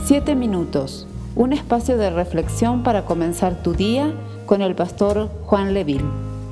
7 minutos, un espacio de reflexión para comenzar tu día con el pastor Juan Leville.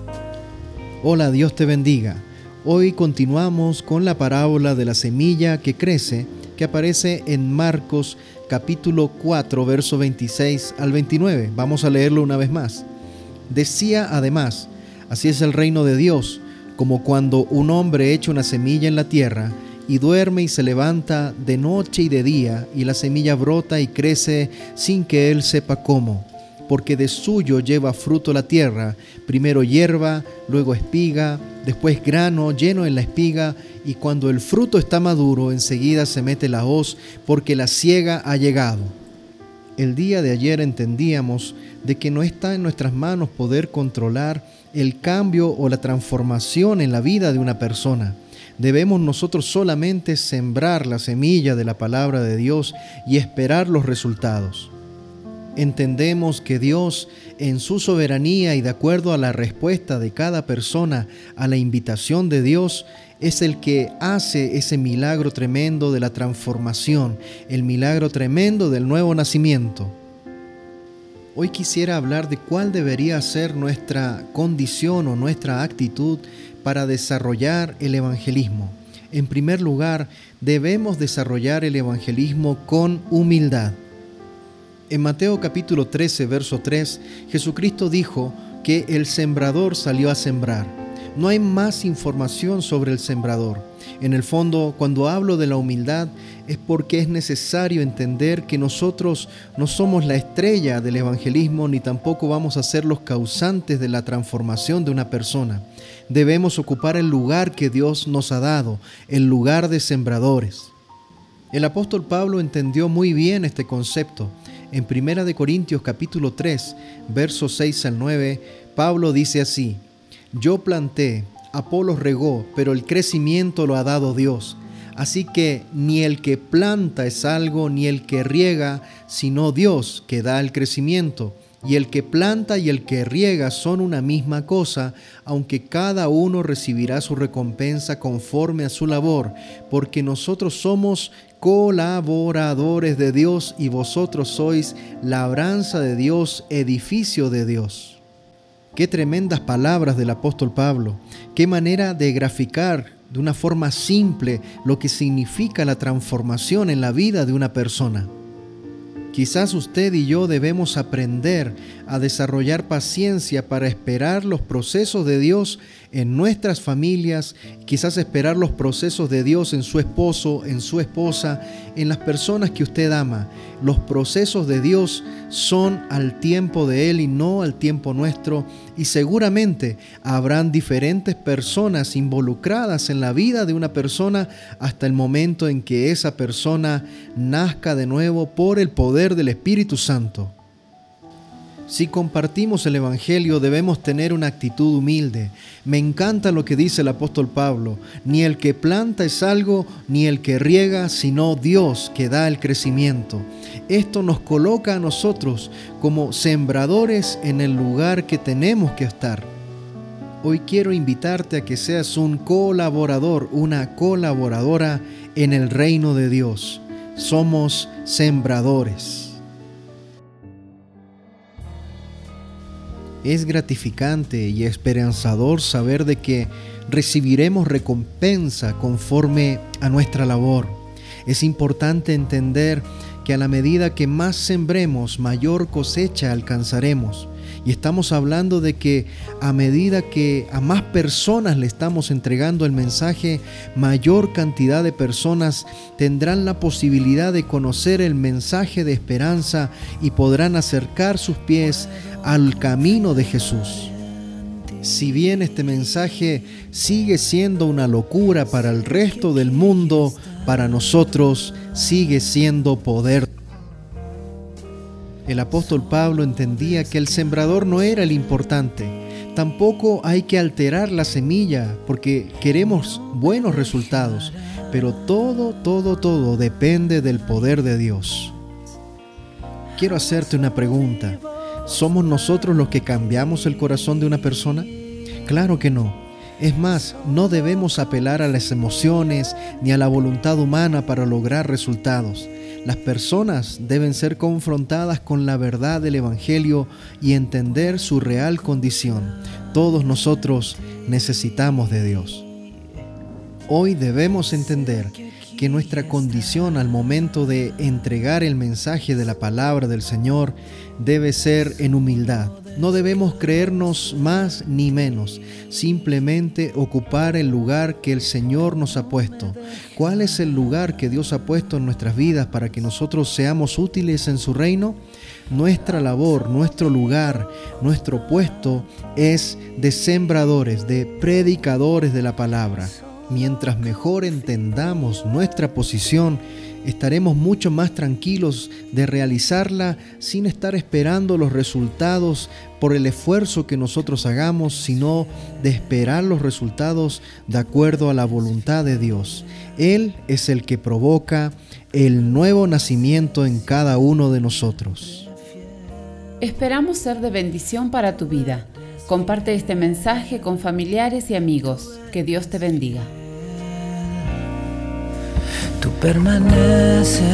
Hola, Dios te bendiga. Hoy continuamos con la parábola de la semilla que crece, que aparece en Marcos capítulo 4, verso 26 al 29. Vamos a leerlo una vez más. Decía además: así es el reino de Dios, como cuando un hombre echa una semilla en la tierra y duerme y se levanta de noche y de día, y la semilla brota y crece sin que él sepa cómo, porque de suyo lleva fruto la tierra, primero hierba, luego espiga, después grano lleno en la espiga, y cuando el fruto está maduro, enseguida se mete la hoz, porque la siega ha llegado. El día de ayer entendíamos de que no está en nuestras manos poder controlar el cambio o la transformación en la vida de una persona. Debemos nosotros solamente sembrar la semilla de la palabra de Dios y esperar los resultados. Entendemos que Dios, en su soberanía y de acuerdo a la respuesta de cada persona a la invitación de Dios, es el que hace ese milagro tremendo de la transformación, el milagro tremendo del nuevo nacimiento. Hoy quisiera hablar de cuál debería ser nuestra condición o nuestra actitud para desarrollar el evangelismo. En primer lugar, debemos desarrollar el evangelismo con humildad. En Mateo capítulo 13, verso 3, Jesucristo dijo que el sembrador salió a sembrar. No hay más información sobre el sembrador. En el fondo, cuando hablo de la humildad, es porque es necesario entender que nosotros no somos la estrella del evangelismo, ni tampoco vamos a ser los causantes de la transformación de una persona. Debemos ocupar el lugar que Dios nos ha dado, el lugar de sembradores. El apóstol Pablo entendió muy bien este concepto. En 1 Corintios capítulo 3, versos 6 al 9, Pablo dice así: yo planté, Apolos regó, pero el crecimiento lo ha dado Dios. Así que ni el que planta es algo, ni el que riega, sino Dios que da el crecimiento. Y el que planta y el que riega son una misma cosa, aunque cada uno recibirá su recompensa conforme a su labor, porque nosotros somos colaboradores de Dios y vosotros sois labranza de Dios, edificio de Dios. Qué tremendas palabras del apóstol Pablo, qué manera de graficar de una forma simple lo que significa la transformación en la vida de una persona. Quizás usted y yo debemos aprender a desarrollar paciencia para esperar los procesos de Dios en nuestras familias, quizás esperar los procesos de Dios en su esposo, en su esposa, en las personas que usted ama. Los procesos de Dios son al tiempo de Él y no al tiempo nuestro, y seguramente habrán diferentes personas involucradas en la vida de una persona hasta el momento en que esa persona nazca de nuevo por el poder del Espíritu Santo. Si compartimos el Evangelio, debemos tener una actitud humilde. Me encanta lo que dice el apóstol Pablo: ni el que planta es algo, ni el que riega, sino Dios que da el crecimiento. Esto nos coloca a nosotros como sembradores en el lugar que tenemos que estar. Hoy quiero invitarte a que seas un colaborador, una colaboradora en el reino de Dios. Somos sembradores. Es gratificante y esperanzador saber de que recibiremos recompensa conforme a nuestra labor. Es importante entender que a la medida que más sembremos, mayor cosecha alcanzaremos. Y estamos hablando de que a medida que a más personas le estamos entregando el mensaje, mayor cantidad de personas tendrán la posibilidad de conocer el mensaje de esperanza y podrán acercar sus pies al camino de Jesús. Si bien este mensaje sigue siendo una locura para el resto del mundo, para nosotros sigue siendo poder. El apóstol Pablo entendía que el sembrador no era el importante. Tampoco hay que alterar la semilla porque queremos buenos resultados, pero todo depende del poder de Dios. Quiero hacerte una pregunta. ¿Somos nosotros los que cambiamos el corazón de una persona? Claro que no. Es más, no debemos apelar a las emociones ni a la voluntad humana para lograr resultados. Las personas deben ser confrontadas con la verdad del Evangelio y entender su real condición. Todos nosotros necesitamos de Dios. Hoy debemos entender que nuestra condición al momento de entregar el mensaje de la palabra del Señor debe ser en humildad. No debemos creernos más ni menos, simplemente ocupar el lugar que el Señor nos ha puesto. ¿Cuál es el lugar que Dios ha puesto en nuestras vidas para que nosotros seamos útiles en su reino? Nuestra labor, nuestro lugar, nuestro puesto es de sembradores, de predicadores de la palabra. Mientras mejor entendamos nuestra posición, estaremos mucho más tranquilos de realizarla sin estar esperando los resultados por el esfuerzo que nosotros hagamos, sino de esperar los resultados de acuerdo a la voluntad de Dios. Él es el que provoca el nuevo nacimiento en cada uno de nosotros. Esperamos ser de bendición para tu vida. Comparte este mensaje con familiares y amigos. Que Dios te bendiga. Tú permaneces